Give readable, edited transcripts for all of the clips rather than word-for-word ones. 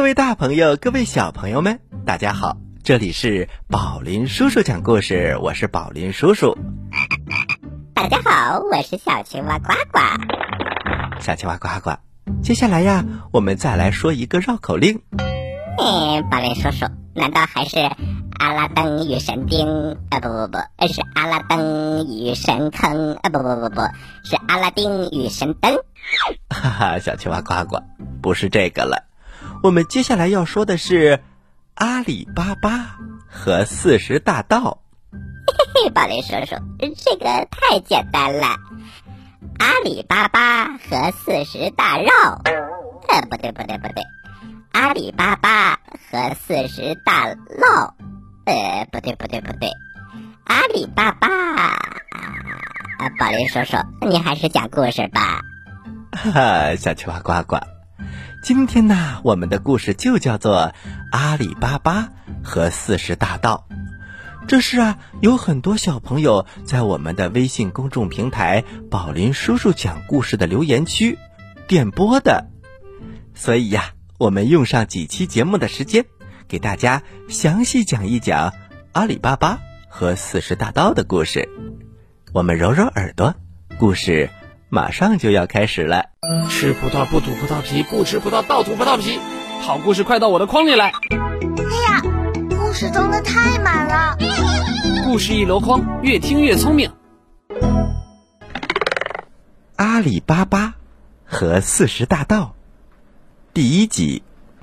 位大朋友，各位小朋友们，大家好，这里是宝林叔叔讲故事，我是宝林叔叔。 大家好，我是小青蛙呱呱。 小青蛙呱呱，接下来呀，我们再来说一个绕口令。 宝林叔叔，难道还是阿拉登与神丁？不，是阿拉登与神坑。不，是阿拉丁与神灯。 哈哈，小青蛙呱呱，不是这个了。我们接下来要说的是阿里巴巴和40大盗。 宝林叔叔，这个太简单了。阿里巴巴和40大绕。不对。阿里巴巴和40大闹。不对。阿里巴巴。宝林叔叔，你还是讲故事吧。 哈哈，小青蛙呱呱，今天呢，我们的故事就叫做阿里巴巴和40大盗。这是有很多小朋友在我们的微信公众平台宝林叔叔讲故事的留言区点播的，所以我们用上几期节目的时间，给大家详细讲一讲阿里巴巴和40大盗的故事。我们揉揉耳朵，故事马上就要开始了。 吃葡萄不吐葡萄皮，不吃葡萄倒吐葡萄皮。好故事快到我的筐里来。 哎呀，故事装得太满了。 故事一箩筐，越听越聪明。 阿里巴巴和40大盗第1集。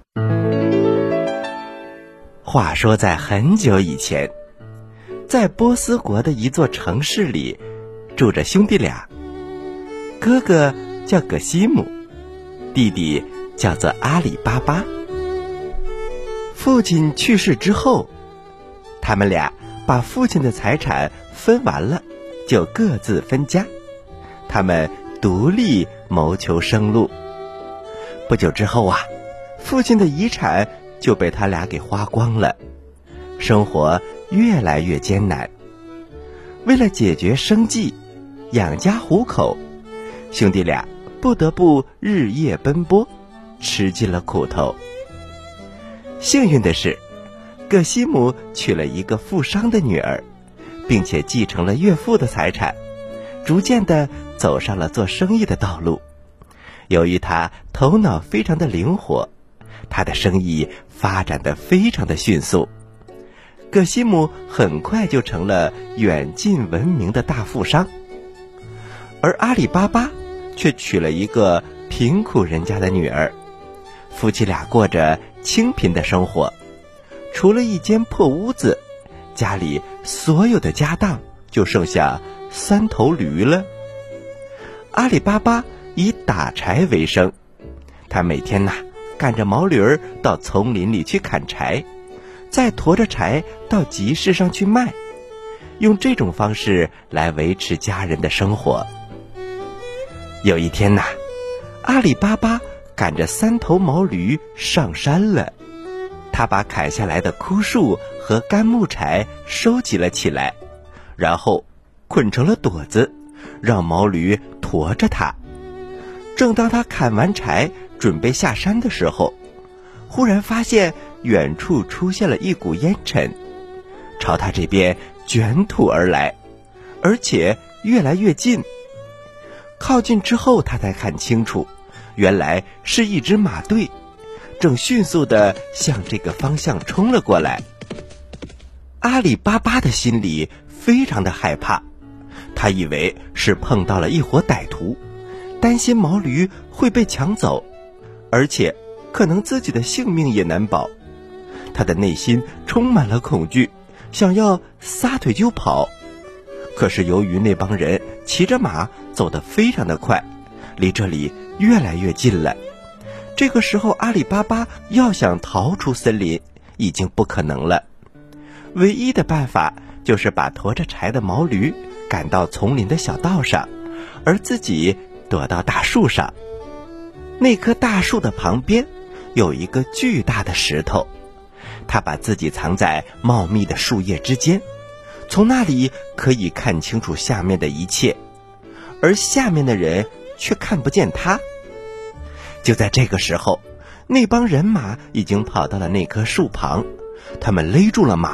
话说在很久以前，在波斯国的一座城市里，住着兄弟俩。哥哥叫葛西姆，弟弟叫做阿里巴巴。父亲去世之后，他们俩把父亲的财产分完了，就各自分家。他们独立谋求生路。不久之后父亲的遗产就被他俩给花光了，生活越来越艰难。为了解决生计，养家糊口，兄弟俩不得不日夜奔波，吃尽了苦头。幸运的是，葛西姆娶了一个富商的女儿，并且继承了岳父的财产，逐渐地走上了做生意的道路。由于他头脑非常的灵活，他的生意发展得非常的迅速。葛西姆很快就成了远近闻名的大富商，而阿里巴巴却娶了一个贫苦人家的女儿。夫妻俩过着清贫的生活，除了一间破屋子，家里所有的家当就剩下3头驴了。阿里巴巴以打柴为生，他每天赶着毛驴到丛林里去砍柴，再驮着柴到集市上去卖，用这种方式来维持家人的生活。有一天阿里巴巴赶着3头毛驴上山了，他把砍下来的枯树和干木柴收集了起来，然后捆成了垛子，让毛驴驮着它。正当他砍完柴准备下山的时候，忽然发现远处出现了一股烟尘，朝他这边卷土而来，而且越来越近。靠近之后，他才看清楚，原来是一支马队，正迅速地向这个方向冲了过来。阿里巴巴的心里非常的害怕，他以为是碰到了一伙歹徒，担心毛驴会被抢走，而且可能自己的性命也难保。他的内心充满了恐惧，想要撒腿就跑。可是由于那帮人骑着马走得非常的快，离这里越来越近了。这个时候阿里巴巴要想逃出森林已经不可能了，唯一的办法就是把驮着柴的毛驴赶到丛林的小道上，而自己躲到大树上。那棵大树的旁边有一个巨大的石头，他把自己藏在茂密的树叶之间，从那里可以看清楚下面的一切，而下面的人却看不见他。就在这个时候， 那帮人马已经跑到了那棵树旁，他们勒住了马。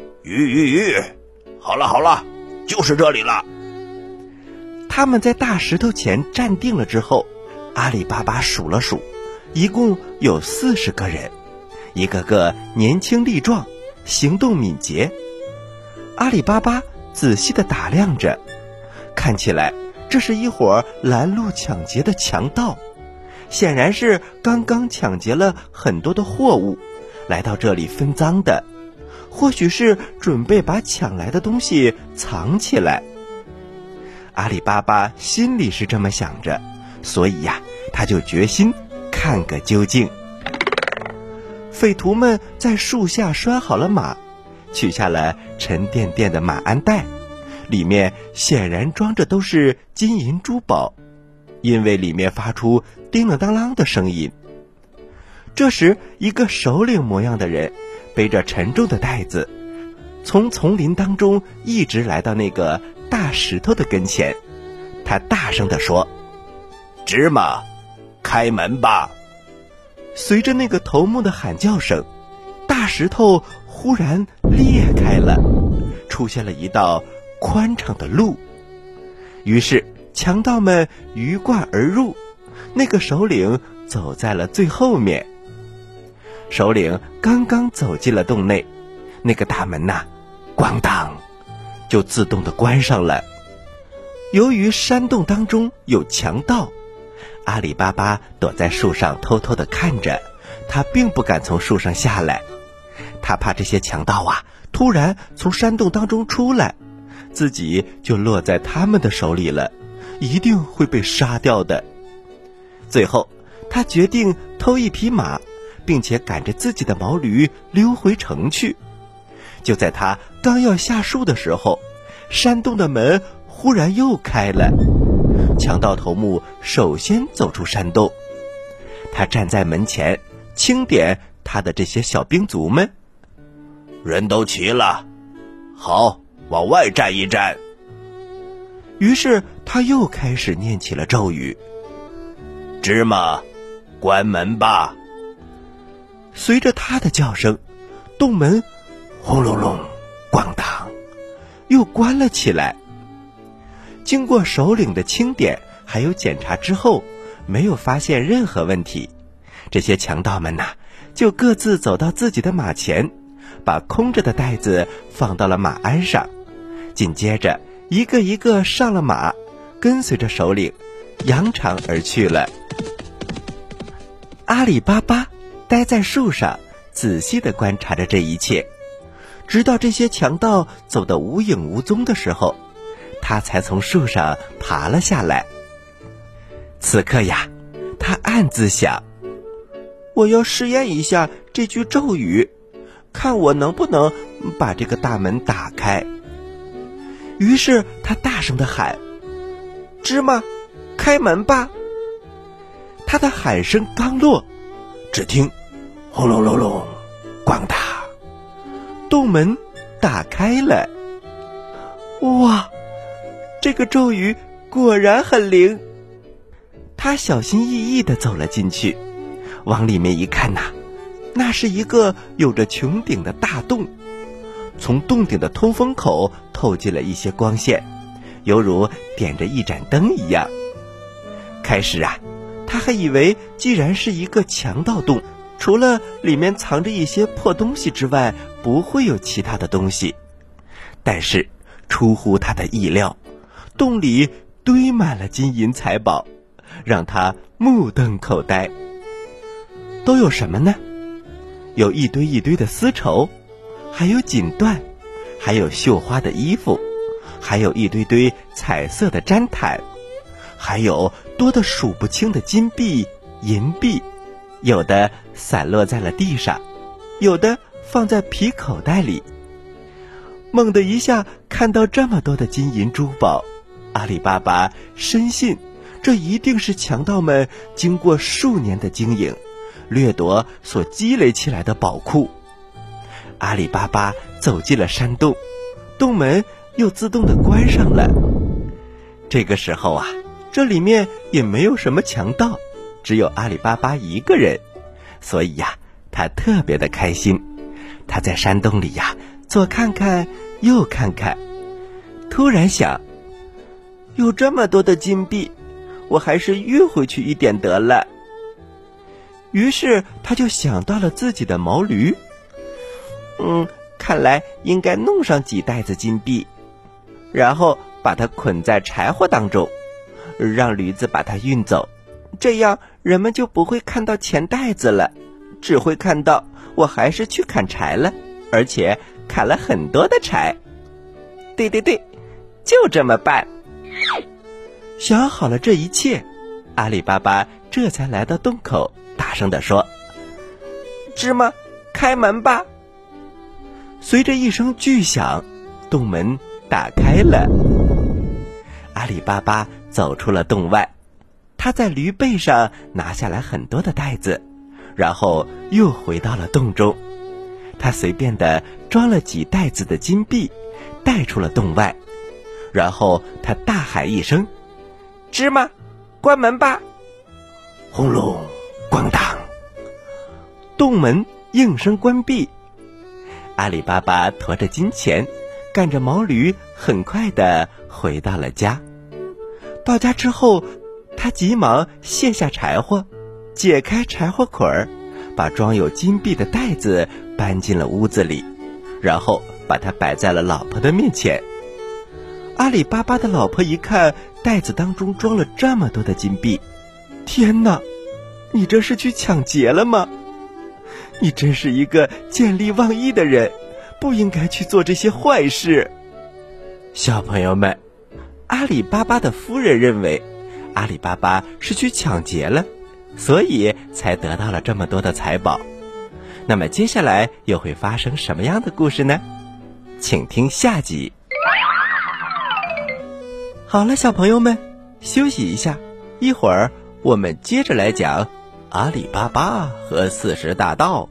好了，就是这里了。 他们在大石头前站定了之后，阿里巴巴数了数，一共有40个人，一个个年轻力壮，行动敏捷。阿里巴巴仔细地打量着，看起来这是一伙拦路抢劫的强盗，显然是刚刚抢劫了很多的货物，来到这里分赃的，或许是准备把抢来的东西藏起来。阿里巴巴心里是这么想着，所以呀，他就决心看个究竟。匪徒们在树下拴好了马，取下了沉甸甸的马鞍袋，里面显然装着都是金银珠宝，因为里面发出叮了当啷的声音。这时，一个首领模样的人背着沉重的袋子，从丛林当中一直来到那个大石头的跟前，他大声地说： 芝麻，开门吧。 随着那个头目的喊叫声，大石头忽然裂开了，出现了一道宽敞的路。于是强盗们鱼贯而入，那个首领走在了最后面。首领刚刚走进了洞内，那个大门咣当就自动地关上了。由于山洞当中有强盗，阿里巴巴躲在树上偷偷地看着，他并不敢从树上下来，他怕这些强盗突然从山洞当中出来，自己就落在他们的手里了，一定会被杀掉的。最后他决定偷一匹马，并且赶着自己的毛驴溜回城去。就在他刚要下树的时候，山洞的门忽然又开了，强盗头目首先走出山洞，他站在门前清点他的这些小兵卒们。 人都齐了，好，往外站一站。 于是他又开始念起了咒语： 芝麻，关门吧。 随着他的叫声，洞门轰隆隆咣当又关了起来。经过首领的清点还有检查之后，没有发现任何问题，这些强盗们就各自走到自己的马前，把空着的袋子放到了马鞍上，紧接着一个一个上了马，跟随着首领扬长而去了。阿里巴巴待在树上，仔细地观察着这一切，直到这些强盗走得无影无踪的时候，他才从树上爬了下来。此刻他暗自想，我要试验一下这句咒语，看我能不能把这个大门打开。于是他大声地喊：芝麻，开门吧。他的喊声刚落，只听轰隆隆隆咣当，洞门打开了。哇，这个咒语果然很灵。他小心翼翼地走了进去，往里面一看那是一个有着穹顶的大洞，从洞顶的通风口透进了一些光线，犹如点着一盏灯一样。开始他还以为既然是一个强盗洞，除了里面藏着一些破东西之外，不会有其他的东西。但是出乎他的意料，洞里堆满了金银财宝，让他目瞪口呆。都有什么呢？有一堆一堆的丝绸，还有锦缎，还有绣花的衣服，还有一堆堆彩色的毡毯，还有多得数不清的金币、银币，有的散落在了地上，有的放在皮口袋里。猛地一下看到这么多的金银珠宝，阿里巴巴深信这一定是强盗们经过数年的经营掠夺所积累起来的宝库。阿里巴巴走进了山洞，洞门又自动地关上了。这个时候这里面也没有什么强盗，只有阿里巴巴一个人， 所以呀，他特别的开心。他在山洞里呀，左看看右看看，突然想，有这么多的金币，我还是运回去一点得了。于是他就想到了自己的毛驴，看来应该弄上几袋子金币，然后把它捆在柴火当中，让驴子把它运走，这样人们就不会看到钱袋子了，只会看到我还是去砍柴了，而且砍了很多的柴。对，就这么办。想好了这一切，阿里巴巴这才来到洞口，大声地说：芝麻，开门吧！随着一声巨响，洞门打开了。阿里巴巴走出了洞外，他在驴背上拿下来很多的袋子，然后又回到了洞中。他随便地装了几袋子的金币，带出了洞外，然后他大喊一声：芝麻，关门吧！轰隆咣当，洞门应声关闭。阿里巴巴驮着金钱，赶着毛驴，很快地回到了家。到家之后，他急忙卸下柴火，解开柴火捆儿，把装有金币的袋子搬进了屋子里，然后把它摆在了老婆的面前。阿里巴巴的老婆一看袋子当中装了这么多的金币，天哪，你这是去抢劫了吗？你真是一个见利忘义的人，不应该去做这些坏事。小朋友们，阿里巴巴的夫人认为阿里巴巴是去抢劫了，所以才得到了这么多的财宝。那么接下来又会发生什么样的故事呢？请听下集。好了，小朋友们，休息一下，一会儿我们接着来讲阿里巴巴和40大盗。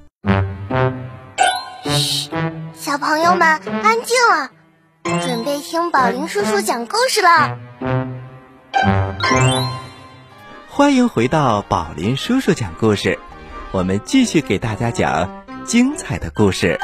嘘，小朋友们安静了，准备听宝林叔叔讲故事了。 欢迎回到宝林叔叔讲故事，我们继续给大家讲精彩的故事。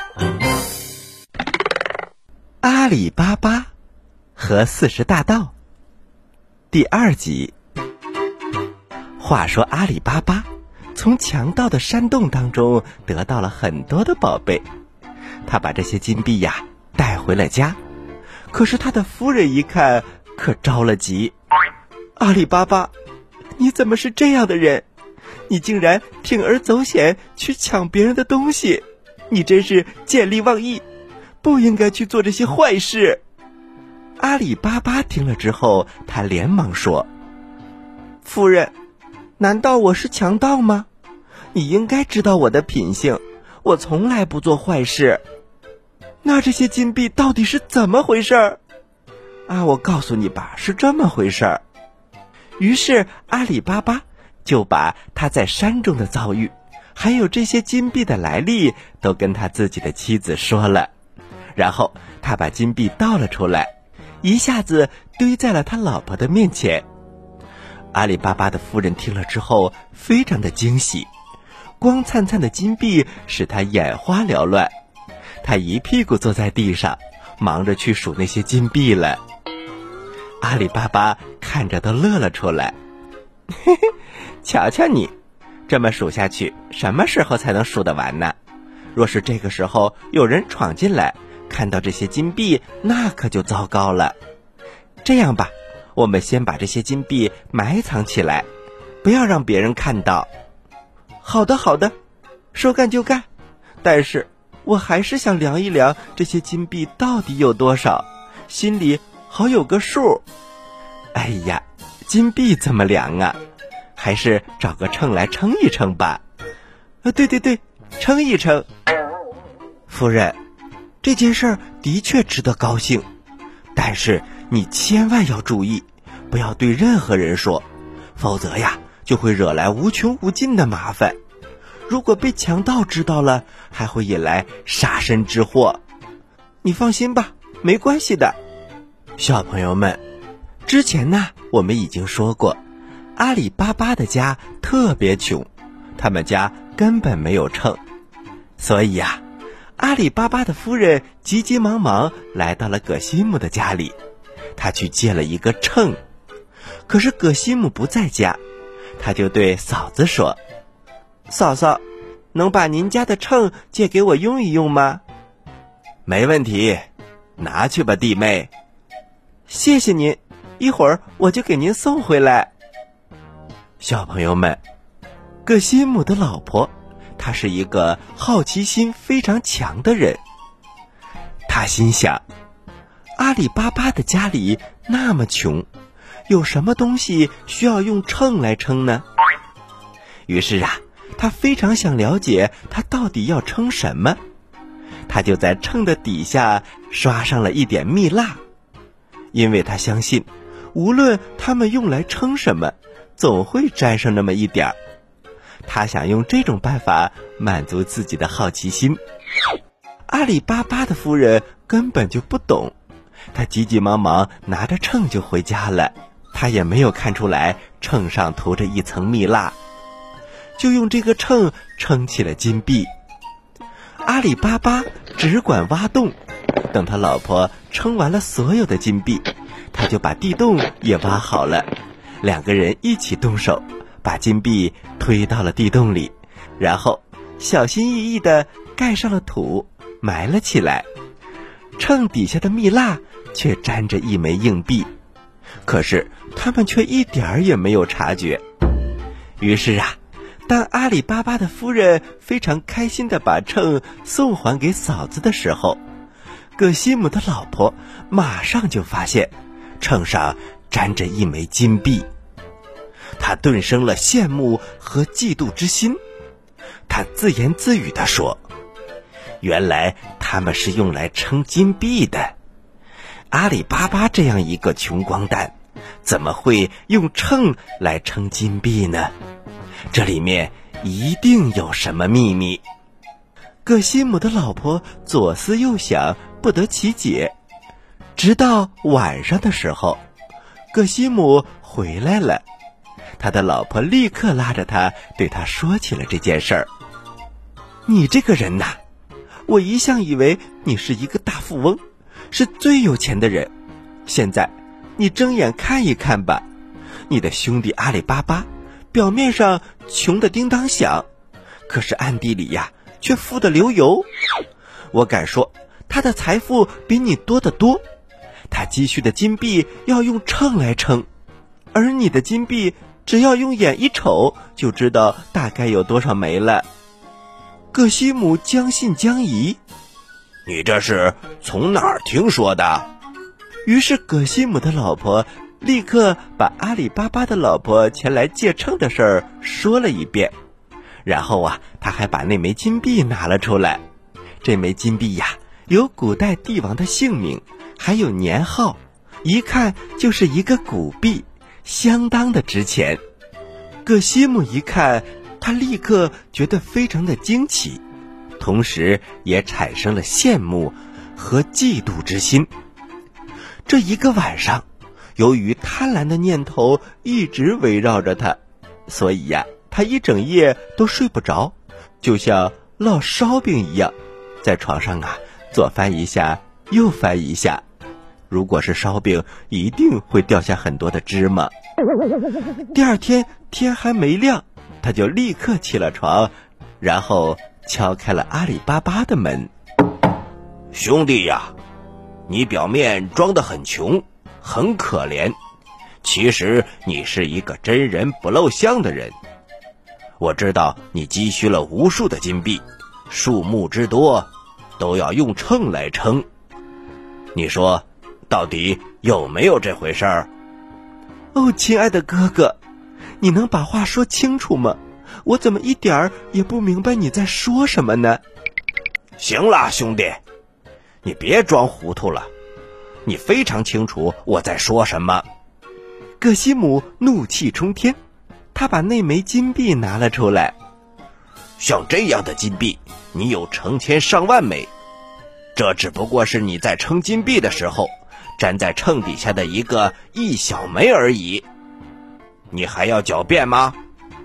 阿里巴巴和40大盗第2集。话说阿里巴巴从强盗的山洞当中得到了很多的宝贝，他把这些金币呀带回了家。可是他的夫人一看可着了急，阿里巴巴，你怎么是这样的人？你竟然铤而走险去抢别人的东西，你真是见利忘义，不应该去做这些坏事。阿里巴巴听了之后，他连忙说：夫人，难道我是强盗吗？你应该知道我的品性，我从来不做坏事。那这些金币到底是怎么回事？我告诉你吧，是这么回事。于是阿里巴巴就把他在山中的遭遇，还有这些金币的来历都跟他自己的妻子说了，然后他把金币倒了出来，一下子堆在了他老婆的面前。阿里巴巴的夫人听了之后非常的惊喜，光灿灿的金币使他眼花缭乱，他一屁股坐在地上，忙着去数那些金币了。阿里巴巴看着都乐了出来，嘿嘿，瞧瞧你，这么数下去，什么时候才能数得完呢？若是这个时候有人闯进来，看到这些金币，那可就糟糕了。这样吧，我们先把这些金币埋藏起来，不要让别人看到。好的好的，说干就干，但是我还是想量一量这些金币到底有多少，心里好有个数。哎呀，金币怎么量啊？还是找个秤来称一称吧。对，称一称。夫人，这件事儿的确值得高兴，但是你千万要注意，不要对任何人说，否则呀，就会惹来无穷无尽的麻烦。如果被强盗知道了，还会引来杀身之祸。你放心吧，没关系的。小朋友们，之前呢，我们已经说过，阿里巴巴的家特别穷，他们家根本没有秤，所以呀，阿里巴巴的夫人急急忙忙来到了葛西姆的家里，她去借了一个秤。可是葛西姆不在家，她就对嫂子说：“嫂嫂，能把您家的秤借给我用一用吗？”“没问题，拿去吧，弟妹。”“谢谢您，一会儿我就给您送回来。”小朋友们，葛西姆的老婆，她是一个好奇心非常强的人。她心想，阿里巴巴的家里那么穷，有什么东西需要用秤来称呢？于是啊，她非常想了解他到底要称什么。她就在秤的底下刷上了一点蜜蜡，因为她相信，无论他们用来称什么，总会沾上那么一点儿。他想用这种办法满足自己的好奇心。阿里巴巴的夫人根本就不懂，她急急忙忙拿着秤就回家了，她也没有看出来秤上涂着一层蜜蜡，就用这个秤称起了金币。阿里巴巴只管挖洞，等他老婆称完了所有的金币，他就把地洞也挖好了，两个人一起动手，把金币推到了地洞里，然后小心翼翼地盖上了土，埋了起来。秤底下的蜜蜡却沾着一枚硬币，可是他们却一点儿也没有察觉。于是啊，当阿里巴巴的夫人非常开心地把秤送还给嫂子的时候，葛西姆的老婆马上就发现秤上沾着一枚金币。他顿生了羡慕和嫉妒之心，他自言自语地说：“原来他们是用来称金币的。阿里巴巴这样一个穷光蛋，怎么会用秤来称金币呢？这里面一定有什么秘密。”葛西姆的老婆左思右想，不得其解。直到晚上的时候，葛西姆回来了，他的老婆立刻拉着他，对他说起了这件事儿。“你这个人呐，我一向以为你是一个大富翁，是最有钱的人。现在你睁眼看一看吧，你的兄弟阿里巴巴表面上穷得叮当响，可是暗地里呀，却富得流油。我敢说，他的财富比你多得多。他积蓄的金币要用秤来称，而你的金币只要用眼一瞅，就知道大概有多少枚了。”葛西姆将信将疑：“ 你这是从哪儿听说的？” 于是葛西姆的老婆立刻把阿里巴巴的老婆前来借秤的事儿说了一遍。然后啊，他还把那枚金币拿了出来。这枚金币呀，有古代帝王的姓名，还有年号，一看就是一个古币，相当的值钱。葛西姆一看，他立刻觉得非常的惊奇，同时也产生了羡慕和嫉妒之心。这一个晚上，由于贪婪的念头一直围绕着他，所以呀，他一整夜都睡不着，就像烙烧饼一样，在床上啊左翻一下右翻一下，如果是烧饼，一定会掉下很多的芝麻。第二天天还没亮，他就立刻起了床，然后敲开了阿里巴巴的门。 “兄弟呀，你表面装得很穷，很可怜，其实你是一个真人不露相的人。我知道你积蓄了无数的金币，数目之多，都要用秤来称。你说，到底有没有这回事儿？”“ 哦，亲爱的哥哥，你能把话说清楚吗？我怎么一点儿也不明白你在说什么呢？”“ 行了，兄弟，你别装糊涂了，你非常清楚我在说什么。” 葛西姆怒气冲天，他把那枚金币拿了出来。 “像这样的金币，你有成千上万枚，这只不过是你在称金币的时候粘在秤底下的一小枚而已。你还要狡辩吗？”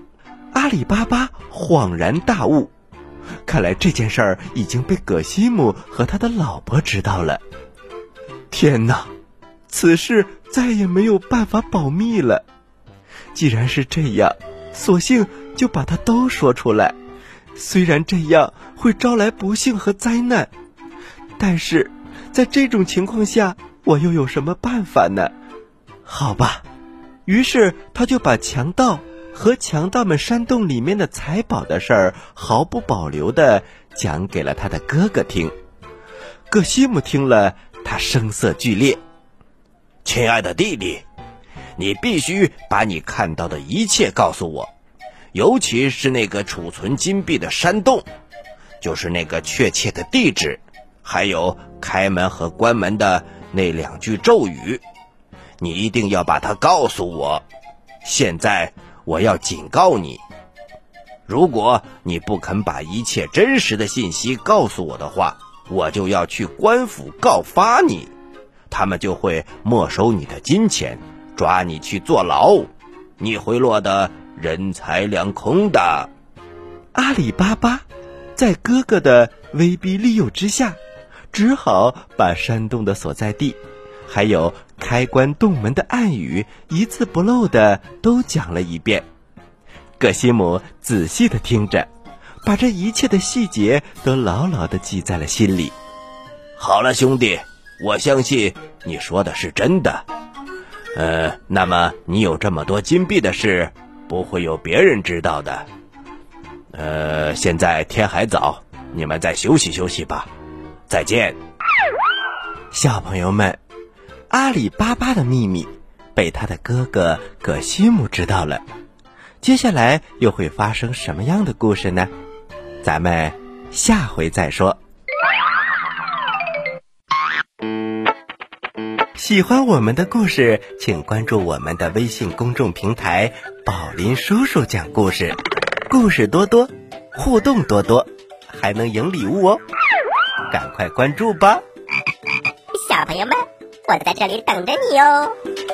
阿里巴巴恍然大悟，看来这件事儿已经被葛西姆和他的老婆知道了。天哪，此事再也没有办法保密了。既然是这样，索性就把它都说出来。虽然这样会招来不幸和灾难，但是在这种情况下，我又有什么办法呢？好吧，于是他就把强盗和强盗们山洞里面的财宝的事儿毫不保留地讲给了他的哥哥听。葛西姆听了，他声色俱烈。 亲爱的弟弟，你必须把你看到的一切告诉我，尤其是那个储存金币的山洞，就是那个确切的地址，还有开门和关门的那2句咒语，你一定要把它告诉我。现在我要警告你，如果你不肯把一切真实的信息告诉我的话，我就要去官府告发你，他们就会没收你的金钱，抓你去坐牢，你会落得人财两空的。 阿里巴巴在哥哥的威逼利诱之下，只好把山洞的所在地还有开关洞门的暗语一字不漏的都讲了一遍。葛西姆仔细的听着，把这一切的细节都牢牢的记在了心里。 好了，兄弟，我相信你说的是真的。那么你有这么多金币的事，不会有别人知道的。现在天还早，你们再休息休息吧。再见。 小朋友们，阿里巴巴的秘密被他的哥哥葛西姆知道了。接下来又会发生什么样的故事呢？咱们下回再说。喜欢我们的故事，请关注我们的微信公众平台宝林叔叔讲故事，故事多多，互动多多，还能赢礼物哦，赶快关注吧。 小朋友们，我在这里等着你哦。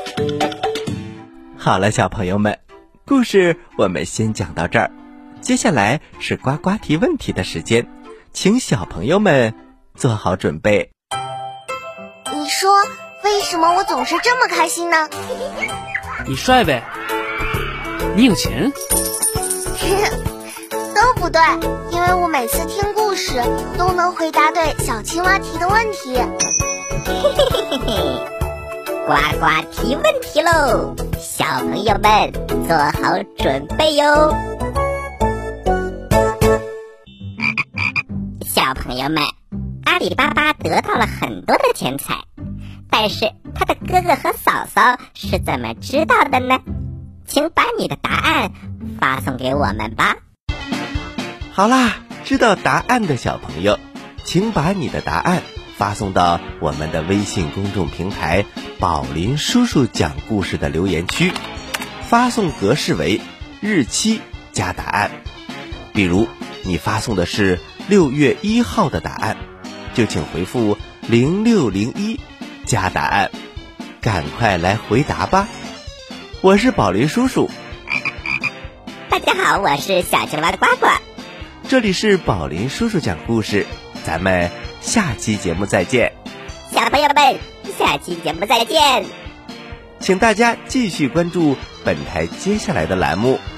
好了，小朋友们，故事我们先讲到这儿，接下来是呱呱提问题的时间，请小朋友们做好准备。 你说为什么我总是这么开心呢？ 你帅呗，你有钱， 都不对，因为我每次听故事都能回答对小青蛙提的问题。 呱呱提问题喽，小朋友们做好准备哟。小朋友们，阿里巴巴得到了很多的钱财，但是他的哥哥和嫂嫂是怎么知道的呢？请把你的答案发送给我们吧。 好啦，知道答案的小朋友，请把你的答案发送到我们的微信公众平台宝林叔叔讲故事的留言区，发送格式为日期加答案。比如你发送的是6月1号的答案，就请回复0601加答案，赶快来回答吧。我是宝林叔叔。 大家好，我是小青蛙的呱呱。 这里是宝林叔叔讲故事，咱们下期节目再见。 小朋友们，下期节目再见。 请大家继续关注本台接下来的栏目。